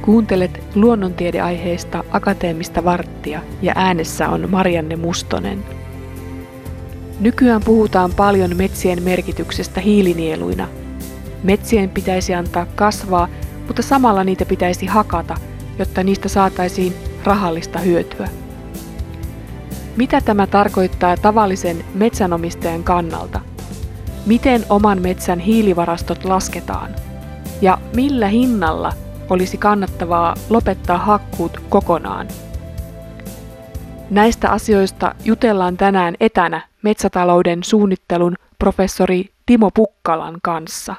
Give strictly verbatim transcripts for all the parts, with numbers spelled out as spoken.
Kuuntelet luonnontiedeaiheista akateemista varttia ja äänessä on Marianne Mustonen. Nykyään puhutaan paljon metsien merkityksestä hiilinieluina. Metsien pitäisi antaa kasvaa, mutta samalla niitä pitäisi hakata, jotta niistä saataisiin rahallista hyötyä. Mitä tämä tarkoittaa tavallisen metsänomistajan kannalta? Miten oman metsän hiilivarastot lasketaan? Ja millä hinnalla olisi kannattavaa lopettaa hakkuut kokonaan? Näistä asioista jutellaan tänään etänä metsätalouden suunnittelun professori Timo Pukkalan kanssa.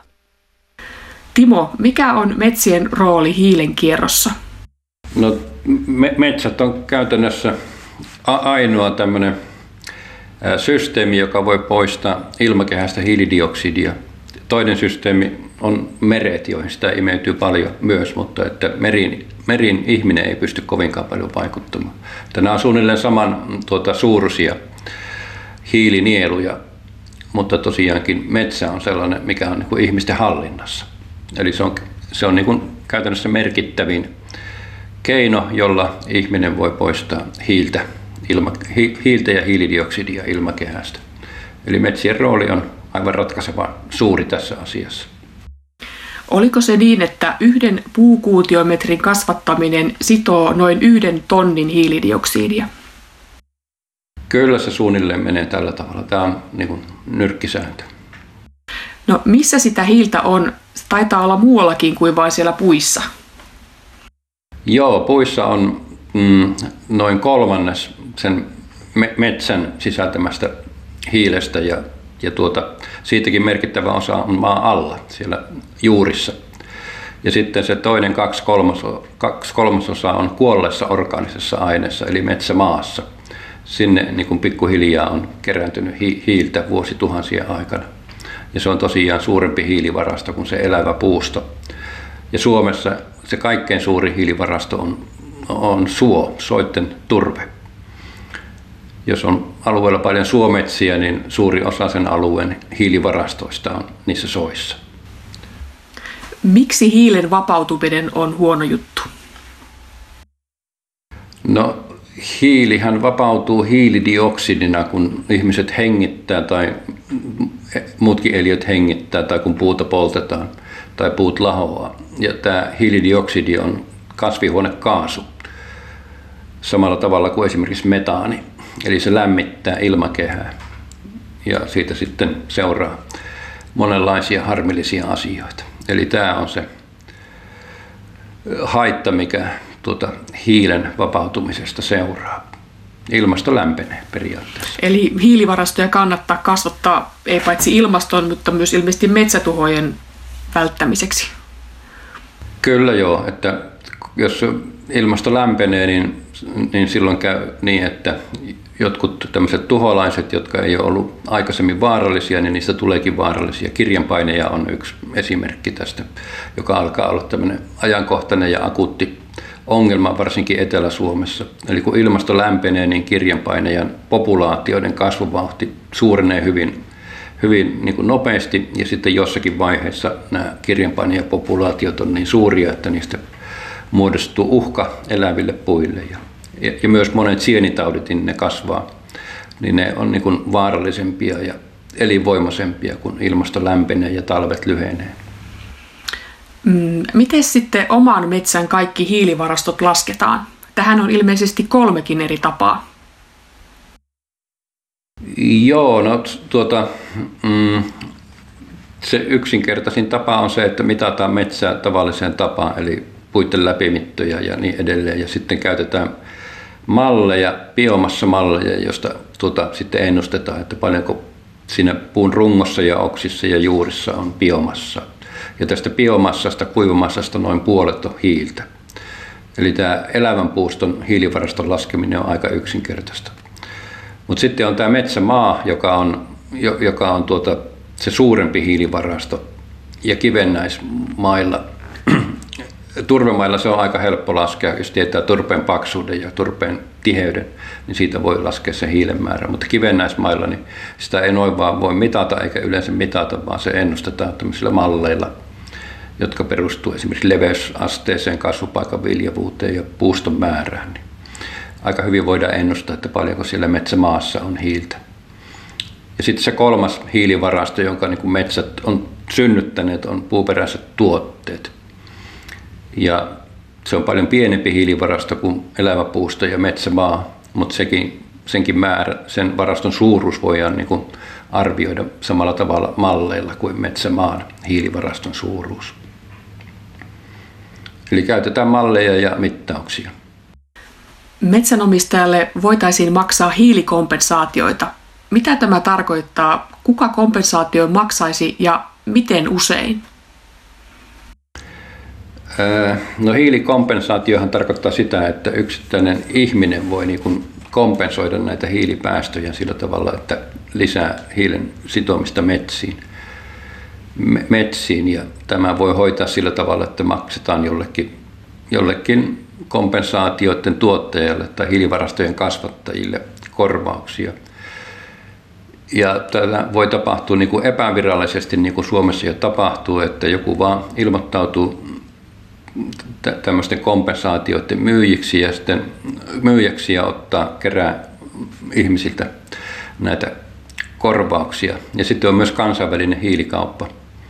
Timo, mikä on metsien rooli hiilen kierrossa? No, me- metsät on käytännössä a- ainoa tämmöinen systeemi, joka voi poistaa ilmakehästä hiilidioksidia. Toinen systeemi on meret, joihin sitä imeytyy paljon myös, mutta että meriin, meriin ihminen ei pysty kovinkaan paljon vaikuttamaan. Että nämä on suunnilleen saman tuota, suuruisia hiilinieluja, mutta tosiaankin metsä on sellainen, mikä on niin kuin ihmisten hallinnassa. Eli se on, se on niin kuin käytännössä merkittävin keino, jolla ihminen voi poistaa hiiltä, ilma, hi, hiiltä ja hiilidioksidia ilmakehästä. Eli metsien rooli on aivan ratkaisevan suuri tässä asiassa. Oliko se niin, että yhden puukuutiometrin kasvattaminen sitoo noin yhden tonnin hiilidioksidia? Kyllä se suunnilleen menee tällä tavalla. Tämä on niin kuin nyrkkisääntö. No missä sitä hiiltä on? Se taitaa olla muuallakin kuin vain siellä puissa. Joo, puissa on mm, noin kolmannes sen me- metsän sisältämästä hiilestä ja, ja tuota, siitäkin merkittävä osa on maan alla, siellä juurissa. Ja sitten se toinen kaksi kolmasosaa, kaksi kolmasosaa on kuolleessa orgaanisessa aineessa, eli metsämaassa. Sinne niin kuin pikkuhiljaa on kerääntynyt hi- hiiltä vuosituhansien aikana. Ja se on tosiaan suurempi hiilivarasto kuin se elävä puusto. Ja Suomessa se kaikkein suuri hiilivarasto on, on suo, soitten turve. Jos on alueella paljon suometsiä, niin suuri osa sen alueen hiilivarastoista on niissä soissa. Miksi hiilen vapautuminen on huono juttu? No, hiilihän vapautuu hiilidioksidina, kun ihmiset hengittää tai muutkin eliöt hengittää tai kun puuta poltetaan tai puut lahoaa. Ja tämä hiilidioksidi on kasvihuonekaasu samalla tavalla kuin esimerkiksi metaani. Eli se lämmittää ilmakehää ja siitä sitten seuraa monenlaisia harmillisia asioita. Eli tämä on se haitta, mikä tuota hiilen vapautumisesta seuraa. Ilmasto lämpenee periaatteessa. Eli hiilivarastoja kannattaa kasvattaa ei paitsi ilmaston, mutta myös ilmeisesti metsätuhojen välttämiseksi. Kyllä joo, että jos ilmasto lämpenee, niin, niin silloin käy niin, että jotkut tämmöiset tuholaiset, jotka ei ole ollut aikaisemmin vaarallisia, niin niistä tuleekin vaarallisia. Kirjanpaineja on yksi esimerkki tästä, joka alkaa olla tämmöinen ajankohtainen ja akuutti ongelma, varsinkin Etelä-Suomessa. Eli kun ilmasto lämpenee, niin kirjanpainajan populaatioiden kasvuvauhti suurenee hyvin, hyvin niin kuin nopeasti, ja sitten jossakin vaiheessa nämä kirjanpainajapopulaatiot on niin suuria, että niistä muodostuu uhka eläville puille. Ja, ja myös monet sienitaudit, niin ne kasvaa, niin ne on niin kuin vaarallisempia ja elinvoimaisempia, kun ilmasto lämpenee ja talvet lyhenee. Mm, miten sitten oman metsän kaikki hiilivarastot lasketaan? Tähän on ilmeisesti kolmekin eri tapaa. Joo, no tuota, mm, se yksinkertaisin tapa on se, että mitataan metsää tavalliseen tapaan, eli puiden läpimittoja ja niin edelleen. Ja sitten käytetään malleja, biomassamalleja, josta tuota, sitten ennustetaan, että paljonko siinä puun rungossa ja oksissa ja juurissa on biomassaa. Ja tästä biomassasta, kuivumassasta noin puolet on hiiltä. Eli tämä elävän puuston hiilivaraston laskeminen on aika yksinkertaista. Mutta sitten on tämä metsämaa, joka on, joka on tuota, se suurempi hiilivarasto. Ja kivennäismailla, turvemailla se on aika helppo laskea, jos tietää turpeen paksuuden ja turpeen tiheyden, niin siitä voi laskea se hiilen määrä. Mutta kivennäismailla niin sitä ei noin vaan voi mitata eikä yleensä mitata, vaan se ennustetaan tämmöisillä malleilla. jotka perustuu esimerkiksi leveysasteeseen, kasvupaikan viljavuuteen ja puuston määrään. Niin aika hyvin voidaan ennustaa, että paljonko siellä metsämaassa on hiiltä. Ja sitten se kolmas hiilivarasto, jonka niin kuin metsät on synnyttäneet, on puuperäiset tuotteet. Ja se on paljon pienempi hiilivarasto kuin elävä puusto ja metsämaa, mutta sekin, senkin määrä, sen varaston suuruus voidaan niin kuin arvioida samalla tavalla malleilla kuin metsämaan hiilivaraston suuruus. Eli käytetään malleja ja mittauksia. Metsänomistajalle voitaisiin maksaa hiilikompensaatioita. Mitä tämä tarkoittaa? Kuka kompensaation maksaisi ja miten usein? No hiilikompensaatiohan tarkoittaa sitä, että yksittäinen ihminen voi niin kuin kompensoida näitä hiilipäästöjä sillä tavalla, että lisää hiilen sitomista metsiin. metsiin. Ja tämä voi hoitaa sillä tavalla, että maksetaan jollekin, jollekin kompensaatioiden tuottajalle tai hiilivarastojen kasvattajille korvauksia. Ja tätä voi tapahtua niin kuin epävirallisesti, niin kuin Suomessa jo tapahtuu, että joku vaan ilmoittautuu tämmöisten kompensaatioiden myyjiksi ja sitten myyjäksi ja ottaa, kerää ihmisiltä näitä korvauksia. Ja sitten on myös kansainvälinen hiilikauppa,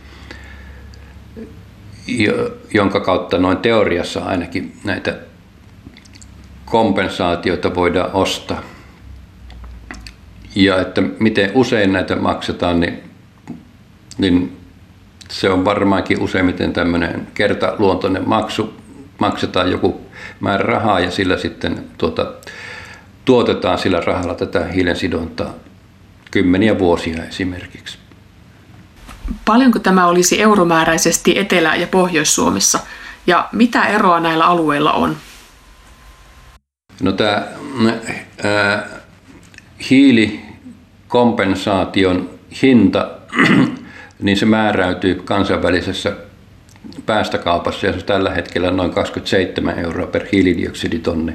jonka kautta noin teoriassa ainakin näitä kompensaatioita voidaan ostaa. Ja että miten usein näitä maksetaan, niin, niin se on varmaankin useimmiten tämmöinen kertaluontoinen maksu. Maksetaan joku määrä rahaa ja sillä sitten tuota, tuotetaan sillä rahalla tätä hiilensidontaa kymmeniä vuosia esimerkiksi. Paljonko tämä olisi euromääräisesti Etelä- ja Pohjois-Suomessa ja mitä eroa näillä alueilla on? No tämä ää, hiilikompensaation hinta, niin se määräytyy kansainvälisessä päästökaupassa ja se on tällä hetkellä noin kaksikymmentäseitsemän euroa per hiilidioksiditonni.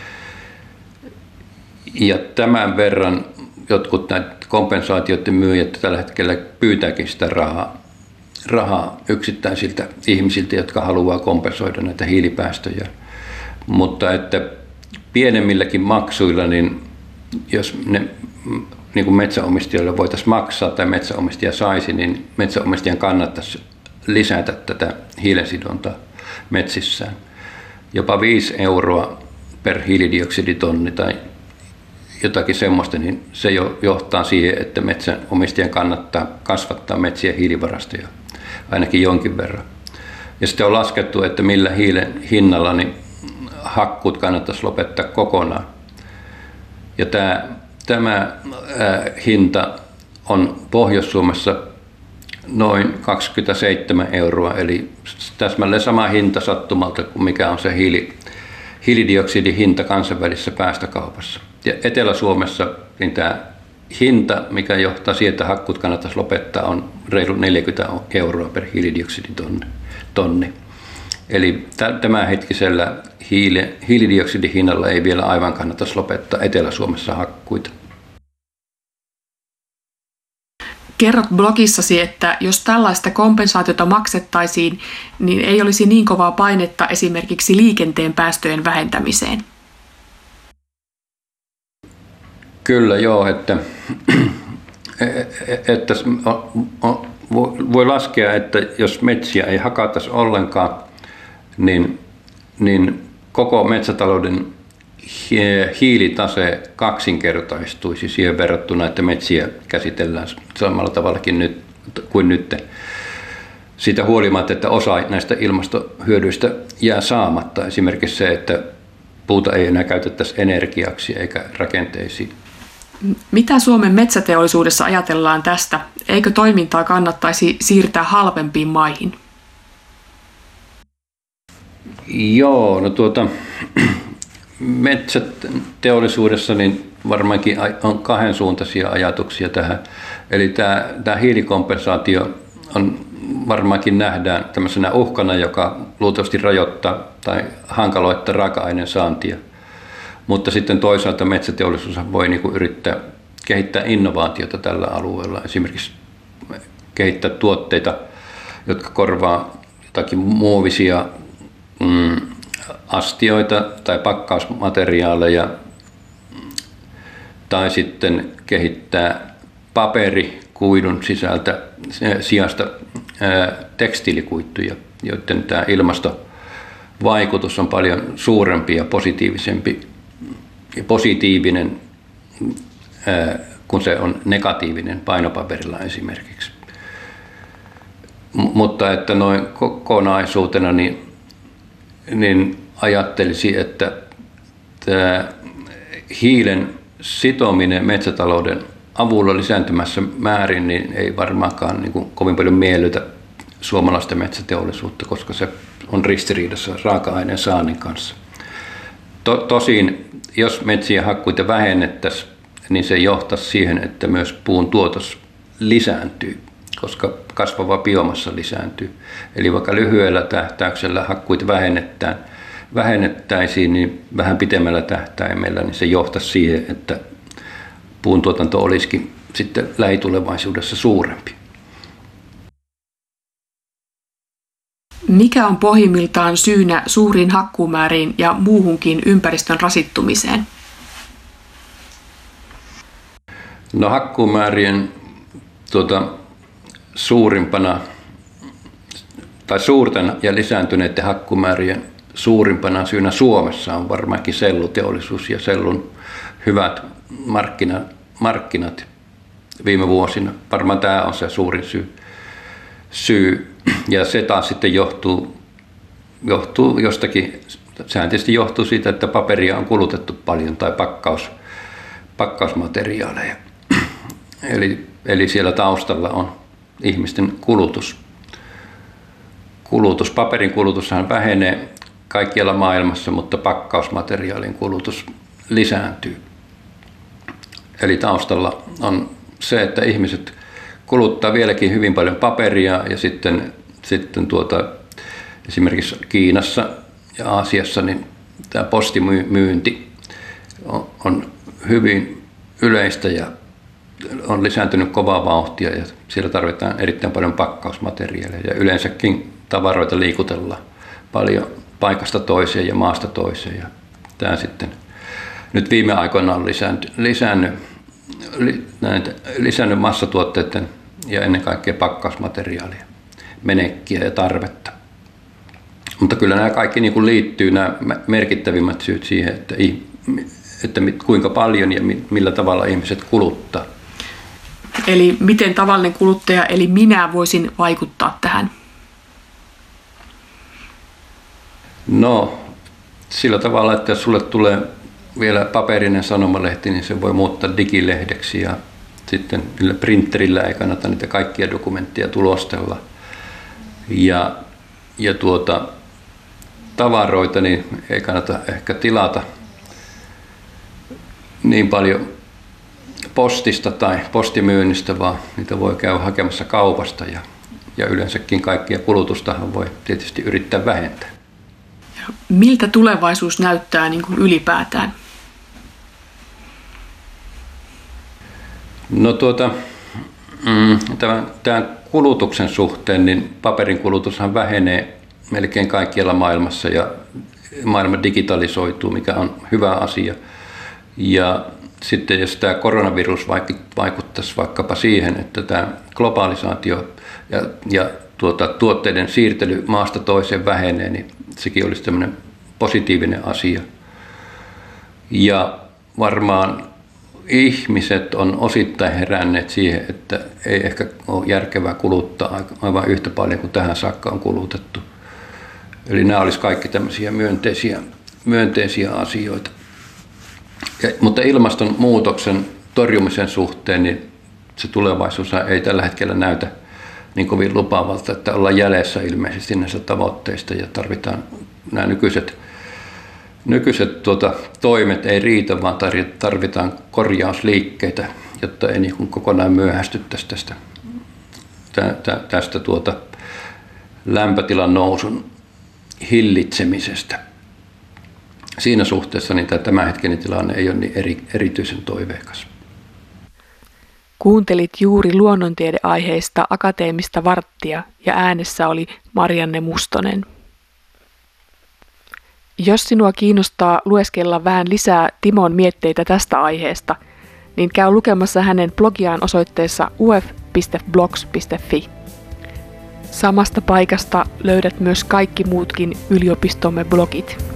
Ja tämän verran jotkut näitä kompensaatioiden myyjät tällä hetkellä pyytääkin sitä rahaa, rahaa yksittäisiltä ihmisiltä, jotka haluaa kompensoida näitä hiilipäästöjä. Mutta että pienemmilläkin maksuilla, niin jos ne niin kuin metsänomistajalle voitaisiin maksaa tai metsäomistaja saisi, niin metsäomistajan kannattaisi lisätä tätä hiilensidontaa metsissään. Jopa viisi euroa per hiilidioksiditonni tai jotakin semmoista, niin se jo johtaa siihen, että metsänomistajan kannattaa kasvattaa metsien hiilivarastoja ainakin jonkin verran. Ja sitten on laskettu, että millä hiilen hinnalla niin hakkuut kannattaisi lopettaa kokonaan. Ja tämä, tämä ää, hinta on Pohjois-Suomessa noin kaksikymmentäseitsemän euroa, eli täsmälleen sama hinta sattumalta kuin mikä on se hiili, hiilidioksidin hinta kansainvälisessä päästökaupassa. Ja Etelä-Suomessa niin tämä hinta, mikä johtaa siihen, että hakkuut kannattaisi lopettaa, on reilu neljäkymmentä euroa per hiilidioksiditonni. Eli tämänhetkisellä hiili, hiilidioksidin hinnalla ei vielä aivan kannattaisi lopettaa Etelä-Suomessa hakkuita. Kerrot blogissasi, että jos tällaista kompensaatiota maksettaisiin, niin ei olisi niin kovaa painetta esimerkiksi liikenteen päästöjen vähentämiseen. Kyllä joo, että, että voi laskea, että jos metsiä ei hakattaisi ollenkaan, niin, niin koko metsätalouden hiilitase kaksinkertaistuisi siihen verrattuna, että metsiä käsitellään samalla tavallakin nyt, kuin nyt. Siitä huolimatta, että osa näistä ilmastohyödyistä jää saamatta. Esimerkiksi se, että puuta ei enää käytettäisi energiaksi eikä rakenteisiin. Mitä Suomen metsäteollisuudessa ajatellaan tästä? Eikö toimintaa kannattaisi siirtää halvempiin maihin? Joo, no tuota, metsäteollisuudessa niin varmaankin on kahdensuuntaisia ajatuksia tähän. Eli tämä, tämä hiilikompensaatio on varmaankin nähdään tämmöisenä uhkana, joka luultavasti rajoittaa tai hankaloittaa raaka-aineen saantia. Mutta sitten toisaalta metsäteollisuus voi niin kuin yrittää kehittää innovaatiota tällä alueella. Esimerkiksi kehittää tuotteita, jotka korvaa jotakin muovisia mm, astioita tai pakkausmateriaaleja tai sitten kehittää paperikuidun sisältä sijasta ää, tekstiilikuittuja, joiden tämä ilmastovaikutus on paljon suurempi ja positiivisempi ja positiivinen ää, kun se on negatiivinen painopaperilla esimerkiksi. M- mutta että noin kokonaisuutena niin, niin ajattelisi, että tämä hiilen sitominen metsätalouden avulla lisääntymässä määrin niin ei varmaankaan niin kuin kovin paljon miellytä suomalaista metsäteollisuutta, koska se on ristiriidassa raaka-aineen saannin kanssa. To, tosin, jos metsien hakkuita vähennettäisiin, niin se johtaisi siihen, että myös puun tuotos lisääntyy, koska kasvava biomassa lisääntyy. Eli vaikka lyhyellä tähtäyksellä hakkuita vähennetään, vähennettäisiin, niin vähän pitemmällä tähtäimellä niin se johtaisi siihen, että puun tuotanto olisikin sitten lähitulevaisuudessa suurempi. Mikä on pohjimmiltaan syynä suuriin hakkuumääriin ja muuhunkin ympäristön rasittumiseen? No hakkuumäärien tuota, suurimpana tai suurten ja lisääntyneiden hakkuumäärien suurimpana syynä Suomessa on varmaankin selluteollisuus ja sellun hyvät markkina, markkinat viime vuosina. Varmaan tämä on se suurin syy. syy. Ja se taas sitten johtuu, johtuu jostakin, sehän tietysti johtuu siitä, että paperia on kulutettu paljon tai pakkaus, pakkausmateriaaleja. Eli, eli siellä taustalla on ihmisten kulutus. kulutus. Paperin kulutushan vähenee kaikkialla maailmassa, mutta pakkausmateriaalin kulutus lisääntyy. Eli taustalla on se, että ihmiset kuluttaa vieläkin hyvin paljon paperia ja sitten, sitten tuota, esimerkiksi Kiinassa ja Aasiassa niin tämä postimyynti on, on hyvin yleistä ja on lisääntynyt kovaa vauhtia ja siellä tarvitaan erittäin paljon pakkausmateriaaleja ja yleensäkin tavaroita liikutellaan paljon paikasta toiseen ja maasta toiseen. Ja tämä sitten nyt viime aikoina on lisännyt, lisännyt, lisännyt massatuotteiden ja ennen kaikkea pakkausmateriaalia, menekkiä ja tarvetta. Mutta kyllä nämä kaikki niin kuin liittyy, nämä merkittävimmät syyt siihen, että, että kuinka paljon ja millä tavalla ihmiset kuluttaa. Eli miten tavallinen kuluttaja, eli minä voisin vaikuttaa tähän? No, sillä tavalla, että jos sulle tulee vielä paperinen sanomalehti, niin se voi muuttaa digilehdeksi ja sitten printerillä ei kannata niitä kaikkia dokumentteja tulostella. Ja, ja tuota, tavaroita niin ei kannata ehkä tilata niin paljon postista tai postimyynnistä, vaan niitä voi käydä hakemassa kaupasta ja, ja yleensäkin kaikkia kulutustahan voi tietysti yrittää vähentää. Miltä tulevaisuus näyttää niin kuin ylipäätään? No tuota, mm, tämän, tämän kulutuksen suhteen, niin paperin kulutushan vähenee melkein kaikkialla maailmassa ja maailma digitalisoituu, mikä on hyvä asia. Ja sitten jos tämä koronavirus vaikuttaisi vaikkapa siihen, että tämä globalisaatio ja, ja tuota, tuotteiden siirtely maasta toiseen vähenee, niin sekin olisi tämmöinen positiivinen asia. Ja varmaan ihmiset on osittain heränneet siihen, että ei ehkä ole järkevää kuluttaa aivan yhtä paljon kuin tähän saakka on kulutettu. Eli nämä olisi kaikki tämmöisiä myönteisiä, myönteisiä asioita. Ja, mutta ilmastonmuutoksen torjumisen suhteen niin se tulevaisuus ei tällä hetkellä näytä niin kovin lupaavalta, että ollaan jäljessä ilmeisesti näistä tavoitteista ja tarvitaan nämä nykyiset, nykyiset tuota, toimet ei riitä, vaan tarvitaan korjausliikkeitä, jotta ei niin kuin kokonaan myöhästyttäisi tästä, tästä, tästä tuota, lämpötilan nousun hillitsemisestä. Siinä suhteessa niin tämä tämänhetkinen tilanne ei ole niin eri, erityisen toiveikas. Kuuntelit juuri luonnontiedeaiheista akateemista varttia ja äänessä oli Marianne Mustonen. Jos sinua kiinnostaa lueskella vähän lisää Timon mietteitä tästä aiheesta, niin käy lukemassa hänen blogiaan osoitteessa u f piste blogs piste f i. Samasta paikasta löydät myös kaikki muutkin yliopistomme blogit.